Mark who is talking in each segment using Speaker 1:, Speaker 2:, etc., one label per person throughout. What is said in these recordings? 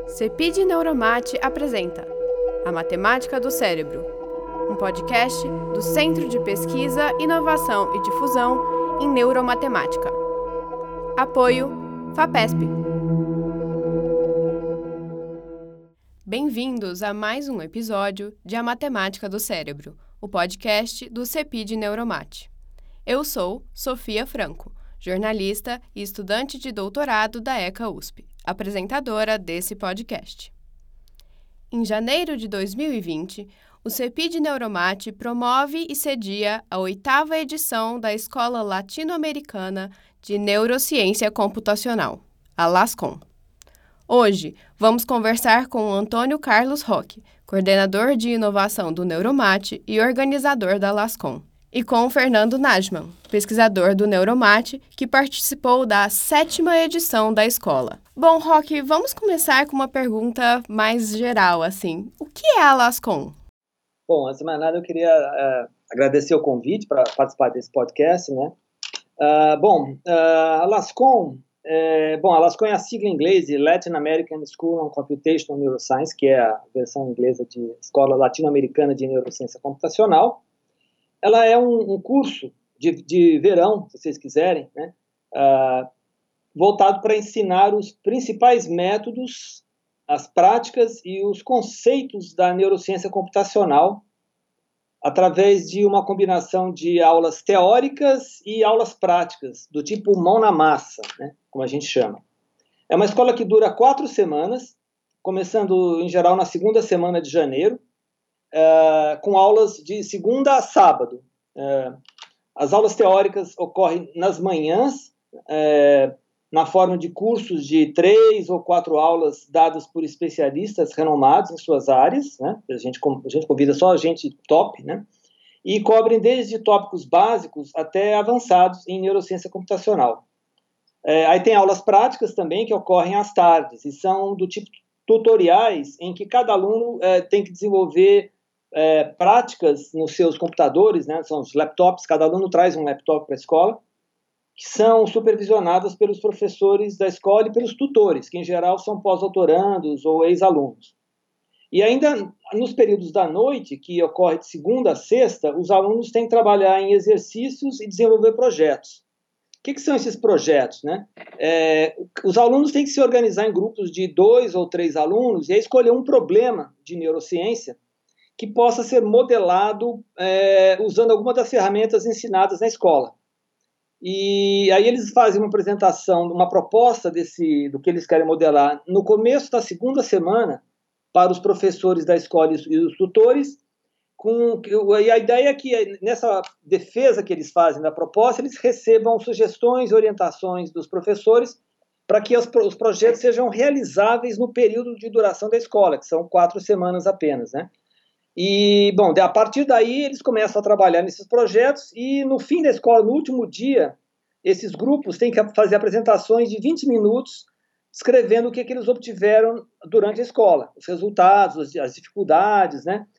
Speaker 1: CEPID Neuromate apresenta A Matemática do Cérebro, um podcast do Centro de Pesquisa, Inovação e Difusão em Neuromatemática. Apoio FAPESP. Bem-vindos a mais um episódio de A Matemática do Cérebro, o podcast do CEPID Neuromate. Eu sou Sofia Franco, jornalista e estudante de doutorado da ECA USP, apresentadora desse podcast. Em janeiro de 2020, o CEPID Neuromate promove e cedia a 8ª edição da Escola Latino-Americana de Neurociência Computacional, a LASCOM. Hoje, vamos conversar com o Antônio Carlos Roque, coordenador de inovação do Neuromate e organizador da LASCOM, e com o Fernando Najman, pesquisador do Neuromate, que participou da 7ª edição da escola. Bom, Roque, vamos começar com uma pergunta mais geral, assim. O que é a LASCOM?
Speaker 2: Bom, antes de mais nada, eu queria agradecer o convite para participar desse podcast, né? A LASCOM, a LASCOM é a sigla em inglês de Latin American School of Computational Neuroscience, que é a versão inglesa de Escola Latino-Americana de Neurociência Computacional. Ela é um curso de verão, se vocês quiserem, né? Voltado para ensinar os principais métodos, as práticas e os conceitos da neurociência computacional através de uma combinação de aulas teóricas e aulas práticas, do tipo mão na massa, né? Como a gente chama. É uma escola que dura 4 semanas, começando, em geral, na segunda semana de janeiro, com aulas de segunda a sábado. As aulas teóricas ocorrem nas manhãs, na forma de cursos de 3 ou 4 aulas dadas por especialistas renomados em suas áreas, né? A gente convida só gente top, né? E cobrem desde tópicos básicos até avançados em neurociência computacional. Aí tem aulas práticas também que ocorrem às tardes, e são do tipo tutoriais em que cada aluno tem que desenvolver práticas nos seus computadores, né? São os laptops, cada aluno traz um laptop para a escola, que são supervisionadas pelos professores da escola e pelos tutores, que em geral são pós-doutorandos ou ex-alunos. E ainda nos períodos da noite, que ocorre de segunda a sexta, os alunos têm que trabalhar em exercícios e desenvolver projetos. O que são esses projetos, né? Os alunos têm que se organizar em grupos de 2 ou 3 alunos e aí escolher um problema de neurociência que possa ser modelado usando alguma das ferramentas ensinadas na escola. E aí eles fazem uma apresentação, uma proposta do que eles querem modelar no começo da segunda semana para os professores da escola e os tutores, e a ideia é que nessa defesa que eles fazem da proposta, eles recebam sugestões e orientações dos professores para que os projetos sejam realizáveis no período de duração da escola, que são 4 semanas apenas, né? E, bom, a partir daí eles começam a trabalhar nesses projetos e no fim da escola, no último dia, esses grupos têm que fazer apresentações de 20 minutos descrevendo o que eles obtiveram durante a escola, os resultados, as dificuldades, né?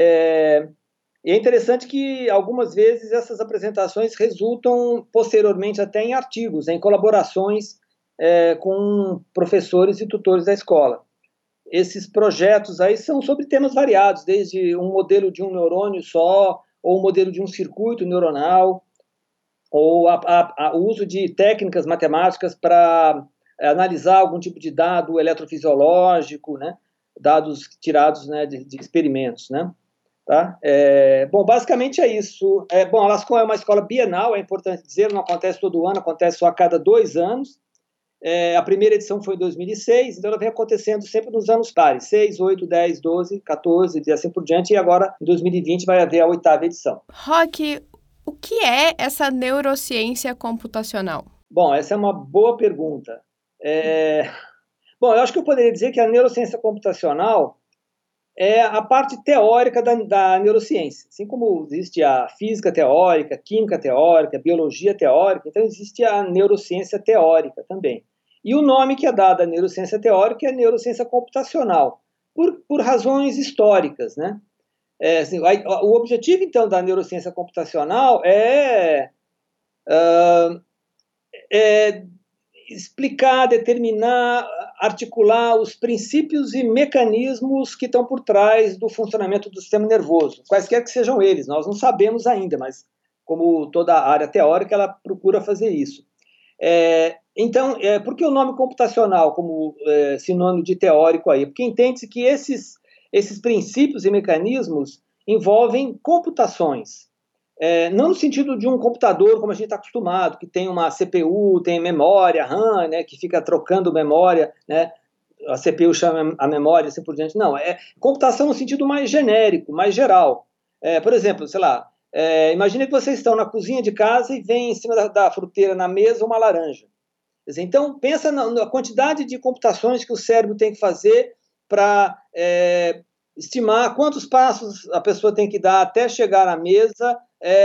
Speaker 2: E é interessante que algumas vezes essas apresentações resultam posteriormente até em artigos, em colaborações com professores e tutores da escola. Esses projetos aí são sobre temas variados, desde um modelo de um neurônio só, ou um modelo de um circuito neuronal, ou o uso de técnicas matemáticas para analisar algum tipo de dado eletrofisiológico, né? Dados tirados, né, de experimentos, né? Tá? Basicamente é isso. A LASCOM é uma escola bienal, é importante dizer, não acontece todo ano, acontece só a cada 2 anos. A primeira edição foi em 2006, então ela vem acontecendo sempre nos anos pares, 6, 8, 10, 12, 14, e assim por diante, e agora, em 2020, vai haver a 8ª edição.
Speaker 1: Roque, o que é essa neurociência computacional?
Speaker 2: Bom, essa é uma boa pergunta. Eu acho que eu poderia dizer que a neurociência computacional é a parte teórica da neurociência. Assim como existe a física teórica, química teórica, biologia teórica, então existe a neurociência teórica também. E o nome que é dado à neurociência teórica é neurociência computacional, por razões históricas, né? O objetivo, então, da neurociência computacional é explicar, determinar articular os princípios e mecanismos que estão por trás do funcionamento do sistema nervoso, quaisquer que sejam eles. Nós não sabemos ainda, mas como toda a área teórica, ela procura fazer isso. Então, por que o nome computacional como sinônimo de teórico aí? Porque entende-se que esses princípios e mecanismos envolvem computações. Não no sentido de um computador como a gente está acostumado, que tem uma CPU, tem memória, RAM, né, que fica trocando memória, né, a CPU chama a memória, assim por diante. Não, é computação no sentido mais genérico, mais geral. Por exemplo, sei lá, imagine que vocês estão na cozinha de casa e vem em cima da fruteira na mesa uma laranja. Quer dizer, então, pensa na quantidade de computações que o cérebro tem que fazer para estimar quantos passos a pessoa tem que dar até chegar à mesa,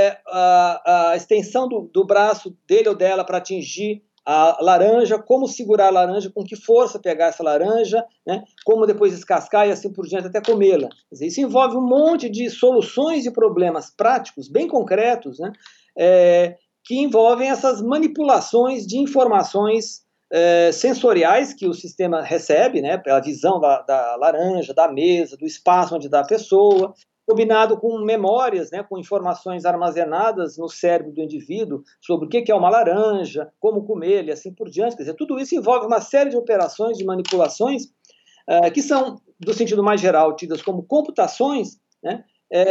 Speaker 2: a extensão do braço dele ou dela para atingir a laranja, como segurar a laranja, com que força pegar essa laranja, né? Como depois descascar e assim por diante até comê-la. Quer dizer, isso envolve um monte de soluções de problemas práticos, bem concretos, né? Que envolvem essas manipulações de informações sensoriais que o sistema recebe, né, pela visão da laranja, da mesa, do espaço onde está a pessoa, combinado com memórias, né, com informações armazenadas no cérebro do indivíduo sobre o que é uma laranja, como comer e assim por diante. Quer dizer, tudo isso envolve uma série de operações, de manipulações, que são, do sentido mais geral, tidas como computações, né,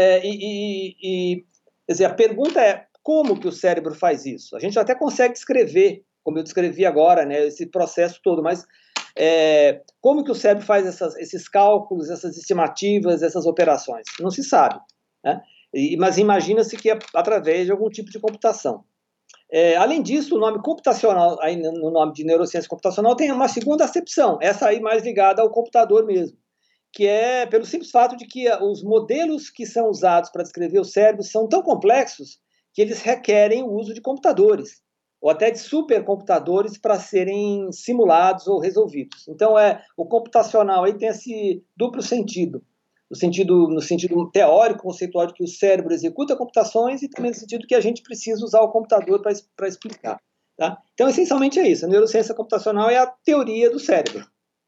Speaker 2: quer dizer, a pergunta é como que o cérebro faz isso? A gente até consegue descrever, como eu descrevi agora, né, esse processo todo, mas como que o cérebro faz esses cálculos, essas estimativas, essas operações? Não se sabe, né? Mas imagina-se que é através de algum tipo de computação. Além disso, o nome computacional, aí no nome de neurociência computacional, tem uma segunda acepção, essa aí mais ligada ao computador mesmo, que é pelo simples fato de que os modelos que são usados para descrever o cérebro são tão complexos que eles requerem o uso de computadores, ou até de supercomputadores para serem simulados ou resolvidos. Então, o computacional aí tem esse duplo sentido, no sentido teórico, conceitual de que o cérebro executa computações e também no sentido que a gente precisa usar o computador para explicar. Tá? Então, essencialmente é isso. A neurociência computacional é a teoria do cérebro.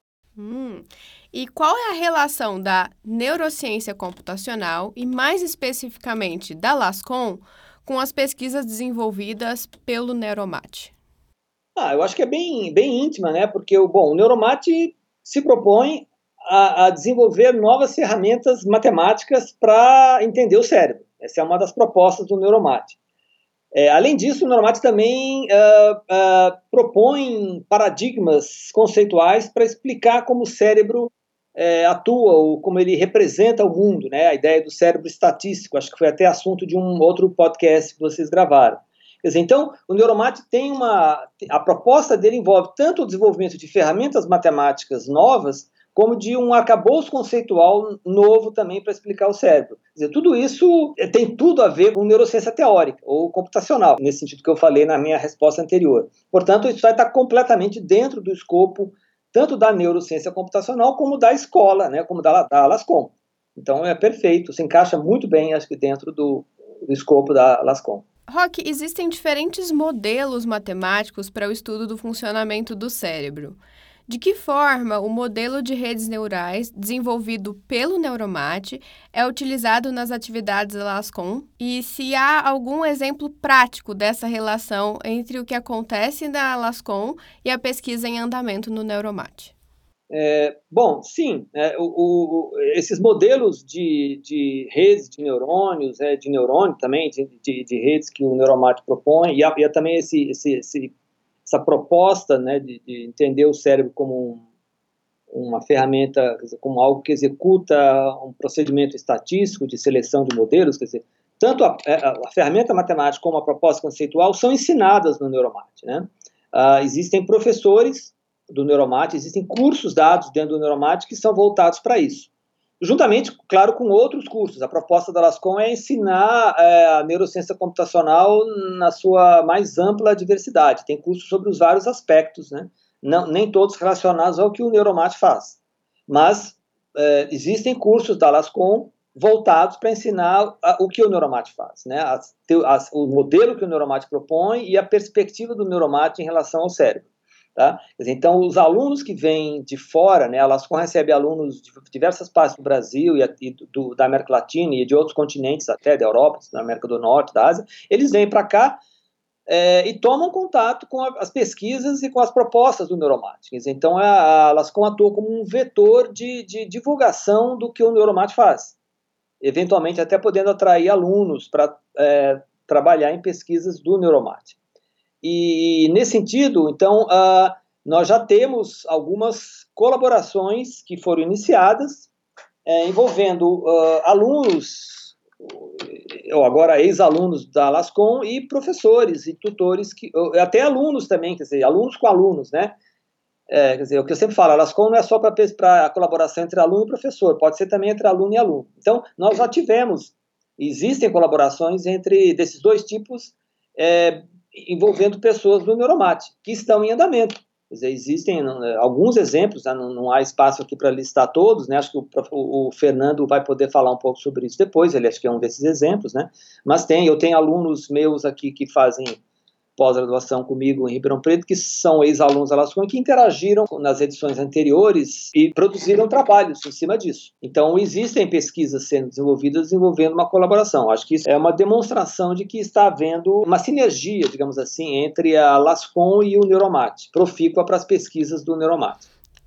Speaker 1: E qual é a relação da neurociência computacional e, mais especificamente, da LASCOM com as pesquisas desenvolvidas pelo Neuromate?
Speaker 2: Eu acho que é bem, bem íntima, né? Porque o Neuromate se propõe a desenvolver novas ferramentas matemáticas para entender o cérebro. Essa é uma das propostas do Neuromate. Além disso, o Neuromate também propõe paradigmas conceituais para explicar como o cérebro atua, ou como ele representa o mundo, né? A ideia do cérebro estatístico, acho que foi até assunto de um outro podcast que vocês gravaram. Quer dizer, então, o Neuromate tem a proposta dele envolve tanto o desenvolvimento de ferramentas matemáticas novas, como de um arcabouço conceitual novo também para explicar o cérebro. Quer dizer, tudo isso tem tudo a ver com neurociência teórica ou computacional, nesse sentido que eu falei na minha resposta anterior. Portanto, isso vai estar completamente dentro do escopo tanto da neurociência computacional como da escola, né, como da LASCOM. Então, é perfeito, se encaixa muito bem, acho que dentro do escopo da LASCOM.
Speaker 1: Roque, existem diferentes modelos matemáticos para o estudo do funcionamento do cérebro. De que forma o modelo de redes neurais desenvolvido pelo Neuromate é utilizado nas atividades da LASCOM e se há algum exemplo prático dessa relação entre o que acontece na LASCOM e a pesquisa em andamento no Neuromate?
Speaker 2: Bom, sim, esses modelos de redes de neurônios, de neurônio também, de redes que o Neuromate propõe, e há também essa proposta, né, de entender o cérebro como uma ferramenta, quer dizer, como algo que executa um procedimento estatístico de seleção de modelos, quer dizer, tanto a ferramenta matemática como a proposta conceitual são ensinadas no Neuromate, né? Existem professores do Neuromate, existem cursos dados dentro do Neuromate que são voltados para isso. Juntamente, claro, com outros cursos. A proposta da LASCOM é ensinar a neurociência computacional na sua mais ampla diversidade. Tem cursos sobre os vários aspectos, né? Nem todos relacionados ao que o Neuromate faz. Mas existem cursos da LASCOM voltados para ensinar o que o Neuromate faz, né? O modelo que o Neuromate propõe e a perspectiva do Neuromate em relação ao cérebro. Tá? Quer dizer, então, os alunos que vêm de fora, né, a LASCOM recebe alunos de diversas partes do Brasil da América Latina e de outros continentes, até da Europa, da América do Norte, da Ásia, eles vêm para cá e tomam contato com as pesquisas e com as propostas do Neuromate. Então, a LASCOM atua como um vetor de divulgação do que o Neuromate faz, eventualmente até podendo atrair alunos para trabalhar em pesquisas do Neuromate. E nesse sentido, então, nós já temos algumas colaborações que foram iniciadas envolvendo alunos, ou agora ex-alunos da LASCOM, e professores e tutores, até alunos também, quer dizer, alunos com alunos, né? Quer dizer, o que eu sempre falo, a LASCOM não é só para a colaboração entre aluno e professor, pode ser também entre aluno e aluno. Então, nós já existem colaborações desses dois tipos, envolvendo pessoas do Neuromate, que estão em andamento. Quer dizer, existem alguns exemplos, né? Não há espaço aqui para listar todos, né? Acho que o Fernando vai poder falar um pouco sobre isso depois, ele acho que é um desses exemplos, né? Mas eu tenho alunos meus aqui que fazem pós-graduação comigo em Ribeirão Preto, que são ex-alunos da LASCOM, que interagiram nas edições anteriores e produziram trabalhos em cima disso. Então, existem pesquisas sendo desenvolvidas envolvendo uma colaboração. Acho que isso é uma demonstração de que está havendo uma sinergia, digamos assim, entre a LASCOM e o Neuromate, profícua para as pesquisas do Neuromate.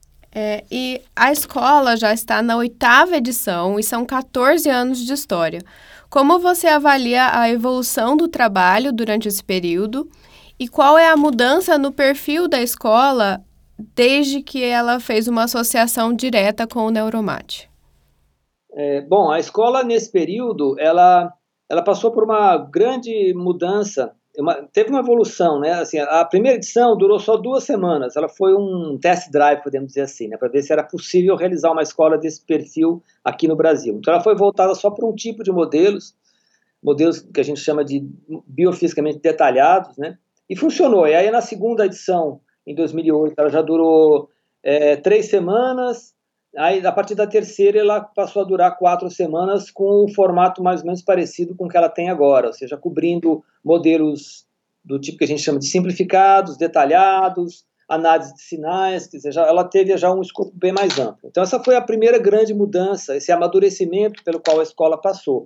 Speaker 1: E a escola já está na 8ª edição e são 14 anos de história. Como você avalia a evolução do trabalho durante esse período e qual é a mudança no perfil da escola desde que ela fez uma associação direta com o Neuromate?
Speaker 2: Bom, a escola nesse período, ela passou por uma grande mudança, teve uma evolução, né? Assim, a primeira edição durou só 2 semanas, ela foi um test drive, podemos dizer assim, né? Para ver se era possível realizar uma escola desse perfil aqui no Brasil. Então, ela foi voltada só para um tipo de modelos que a gente chama de biofisicamente detalhados, né? E funcionou. E aí, na segunda edição, em 2008, ela já durou 3 semanas. Aí, a partir da terceira, ela passou a durar 4 semanas com um formato mais ou menos parecido com o que ela tem agora, ou seja, cobrindo modelos do tipo que a gente chama de simplificados, detalhados, análise de sinais, quer dizer, ela teve já um escopo bem mais amplo. Então, essa foi a primeira grande mudança, esse amadurecimento pelo qual a escola passou.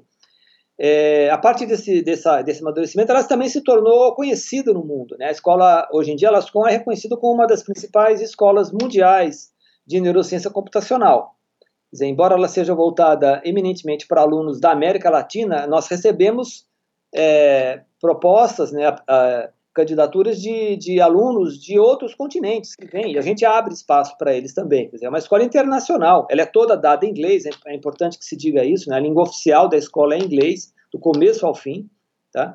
Speaker 2: A partir desse amadurecimento, ela também se tornou conhecida no mundo, né? A escola, hoje em dia, a LASCOM é reconhecida como uma das principais escolas mundiais de neurociência computacional. Quer dizer, embora ela seja voltada eminentemente para alunos da América Latina, nós recebemos propostas, né, candidaturas de alunos de outros continentes que vêm, e a gente abre espaço para eles também. Quer dizer, é uma escola internacional, ela é toda dada em inglês, é importante que se diga isso, né? A língua oficial da escola é inglês, do começo ao fim, tá?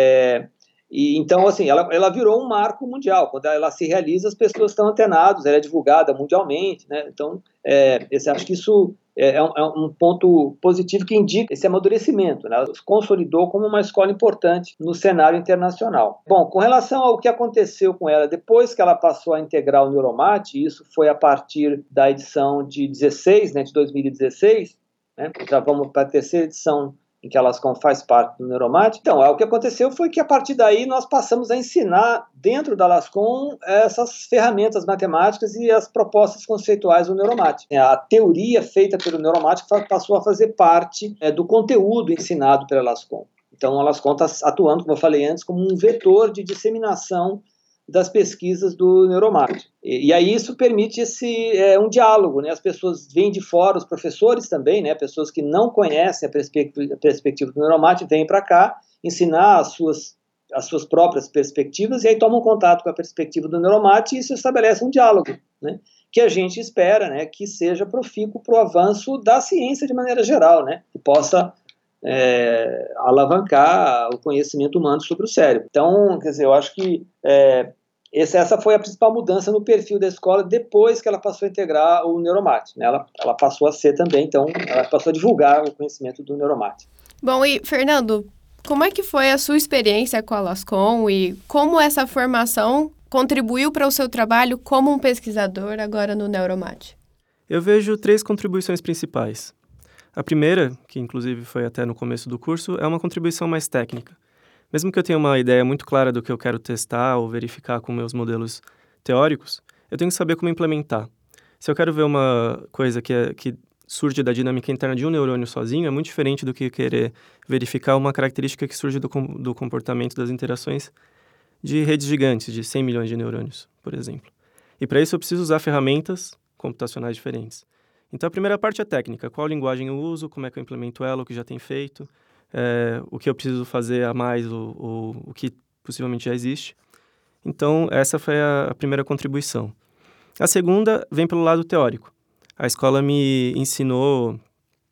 Speaker 2: Então, assim, ela virou um marco mundial. Quando ela se realiza, as pessoas estão antenadas, ela é divulgada mundialmente, né? Então, acho que isso é um ponto positivo que indica esse amadurecimento, né? Ela se consolidou como uma escola importante no cenário internacional. Bom, com relação ao que aconteceu com ela depois que ela passou a integrar o Neuromate, isso foi a partir da edição de 16, né, de 2016, né? Já vamos para a terceira edição em que a LASCOM faz parte do Neuromate. Então, o que aconteceu foi que, a partir daí, nós passamos a ensinar, dentro da LASCOM, essas ferramentas matemáticas e as propostas conceituais do Neuromate. A teoria feita pelo Neuromate passou a fazer parte do conteúdo ensinado pela LASCOM. Então, a LASCOM está atuando, como eu falei antes, como um vetor de disseminação das pesquisas do Neuromate. E aí isso permite um diálogo, né? As pessoas vêm de fora, os professores também, né? Pessoas que não conhecem a perspectiva do Neuromate vêm para cá ensinar as suas próprias perspectivas e aí tomam contato com a perspectiva do Neuromate e isso estabelece um diálogo, né? Que a gente espera, né, que seja profícuo para o avanço da ciência de maneira geral, né? Que possa alavancar o conhecimento humano sobre o cérebro. Então, quer dizer, eu acho que essa foi a principal mudança no perfil da escola depois que ela passou a integrar o Neuromate, né? Ela passou a ser também, então, ela passou a divulgar o conhecimento do Neuromate.
Speaker 1: Bom, e Fernando, como é que foi a sua experiência com a LASCOM e como essa formação contribuiu para o seu trabalho como um pesquisador agora no Neuromate?
Speaker 3: Eu vejo 3 contribuições principais. A primeira, que inclusive foi até no começo do curso, é uma contribuição mais técnica. Mesmo que eu tenha uma ideia muito clara do que eu quero testar ou verificar com meus modelos teóricos, eu tenho que saber como implementar. Se eu quero ver uma coisa que surge da dinâmica interna de um neurônio sozinho, é muito diferente do que querer verificar uma característica que surge do comportamento das interações de redes gigantes, de 100 milhões de neurônios, por exemplo. E para isso eu preciso usar ferramentas computacionais diferentes. Então a primeira parte é técnica, qual linguagem eu uso, como é que eu implemento ela, o que já tem feito, o que eu preciso fazer a mais, o que possivelmente já existe. Então essa foi a primeira contribuição. A segunda vem pelo lado teórico. A escola me ensinou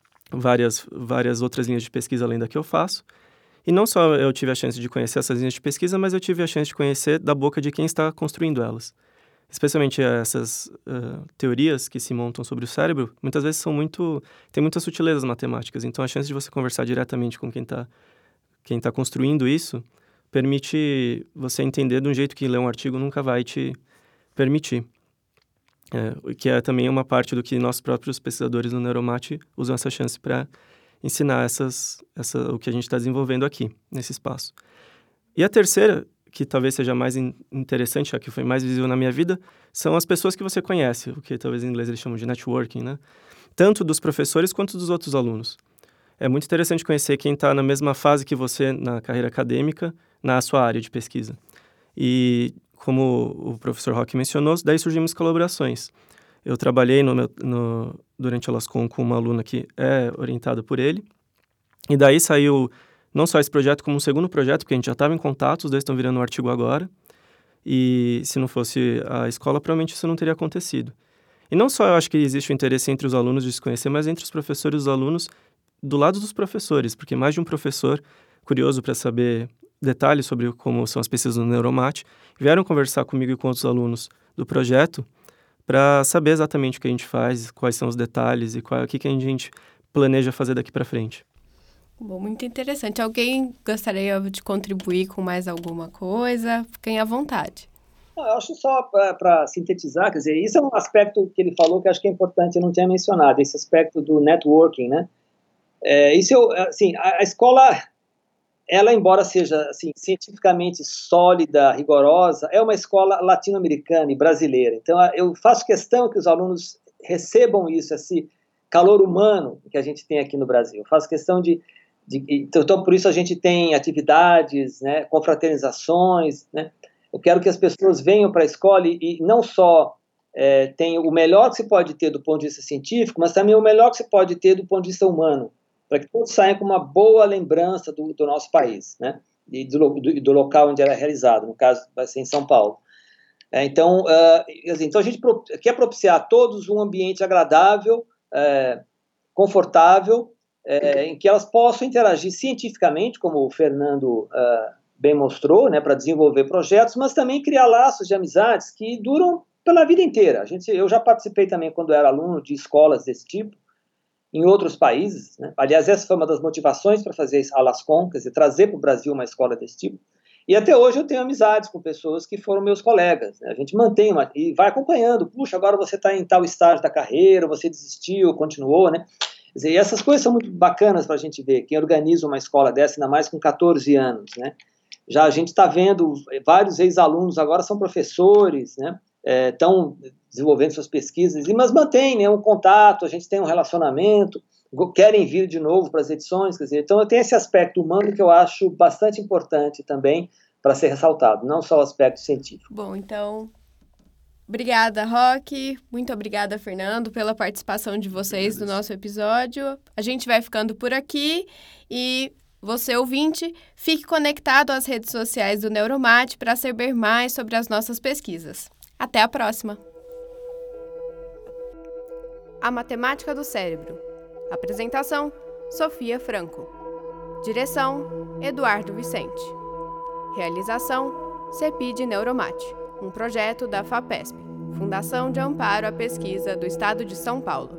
Speaker 3: várias outras linhas de pesquisa além da que eu faço. E não só eu tive a chance de conhecer essas linhas de pesquisa, mas eu tive a chance de conhecer da boca de quem está construindo elas. Especialmente essas teorias que se montam sobre o cérebro, muitas vezes tem muitas sutilezas matemáticas. Então, a chance de você conversar diretamente com quem tá construindo isso permite você entender de um jeito que ler um artigo nunca vai te permitir. Que é também uma parte do que nossos próprios pesquisadores no Neuromate usam essa chance para ensinar o que a gente está desenvolvendo aqui, nesse espaço. E a terceira, que talvez seja mais interessante, a que foi mais visível na minha vida, são as pessoas que você conhece, o que talvez em inglês eles chamam de networking, né? Tanto dos professores quanto dos outros alunos. É muito interessante conhecer quem está na mesma fase que você na carreira acadêmica, na sua área de pesquisa. E como o professor Roque mencionou, daí surgimos colaborações. Eu trabalhei durante a LASCOM com uma aluna que é orientada por ele, e daí saiu não só esse projeto, como um segundo projeto, porque a gente já estava em contato, os dois estão virando um artigo agora, e se não fosse a escola, provavelmente isso não teria acontecido. E não só eu acho que existe o interesse entre os alunos de se conhecer, mas entre os professores e os alunos, do lado dos professores, porque mais de um professor, curioso para saber detalhes sobre como são as pesquisas no Neuromate, vieram conversar comigo e com outros alunos do projeto para saber exatamente o que a gente faz, quais são os detalhes e o que a gente planeja fazer daqui para frente.
Speaker 1: Bom, muito interessante. Alguém gostaria de contribuir com mais alguma coisa? Fiquem à vontade.
Speaker 2: Eu acho só para sintetizar, quer dizer, isso é um aspecto que ele falou que acho que é importante, eu não tinha mencionado, esse aspecto do networking, né? A escola, ela, embora seja assim, cientificamente sólida, rigorosa, é uma escola latino-americana e brasileira. Então, eu faço questão que os alunos recebam isso, esse calor humano que a gente tem aqui no Brasil. Eu faço questão então, por isso a gente tem atividades, né, confraternizações, né? Eu quero que as pessoas venham para a escola e não só tenham o melhor que se pode ter do ponto de vista científico, mas também o melhor que se pode ter do ponto de vista humano, para que todos saiam com uma boa lembrança do nosso país, né? E do local onde ela é realizado, no caso vai ser em São Paulo. Então a gente quer propiciar a todos um ambiente agradável, confortável, em que elas possam interagir cientificamente, como o Fernando bem mostrou, né, para desenvolver projetos, mas também criar laços de amizades que duram pela vida inteira. Eu já participei também, quando era aluno, de escolas desse tipo, em outros países, né? Aliás, essa foi uma das motivações para fazer a LASCOM, quer dizer, trazer para o Brasil uma escola desse tipo. E até hoje eu tenho amizades com pessoas que foram meus colegas, né? A gente mantém e vai acompanhando. Puxa, agora você está em tal estágio da carreira, você desistiu, continuou, né? Quer dizer, e essas coisas são muito bacanas para a gente ver. Quem organiza uma escola dessa, ainda mais com 14 anos, né? Já a gente está vendo vários ex-alunos agora são professores, né? Estão desenvolvendo suas pesquisas, mas mantém, né, um contato, a gente tem um relacionamento, querem vir de novo para as edições, quer dizer, então eu tenho esse aspecto humano que eu acho bastante importante também para ser ressaltado, não só o aspecto científico.
Speaker 1: Bom, então, obrigada, Roque, muito obrigada, Fernando, pela participação de vocês no nosso episódio. A gente vai ficando por aqui e você, ouvinte, fique conectado às redes sociais do Neuromate para saber mais sobre as nossas pesquisas. Até a próxima! A Matemática do Cérebro. Apresentação: Sofia Franco. Direção: Eduardo Vicente. Realização: CEPID Neuromate, um projeto da FAPESP, Fundação de Amparo à Pesquisa do Estado de São Paulo.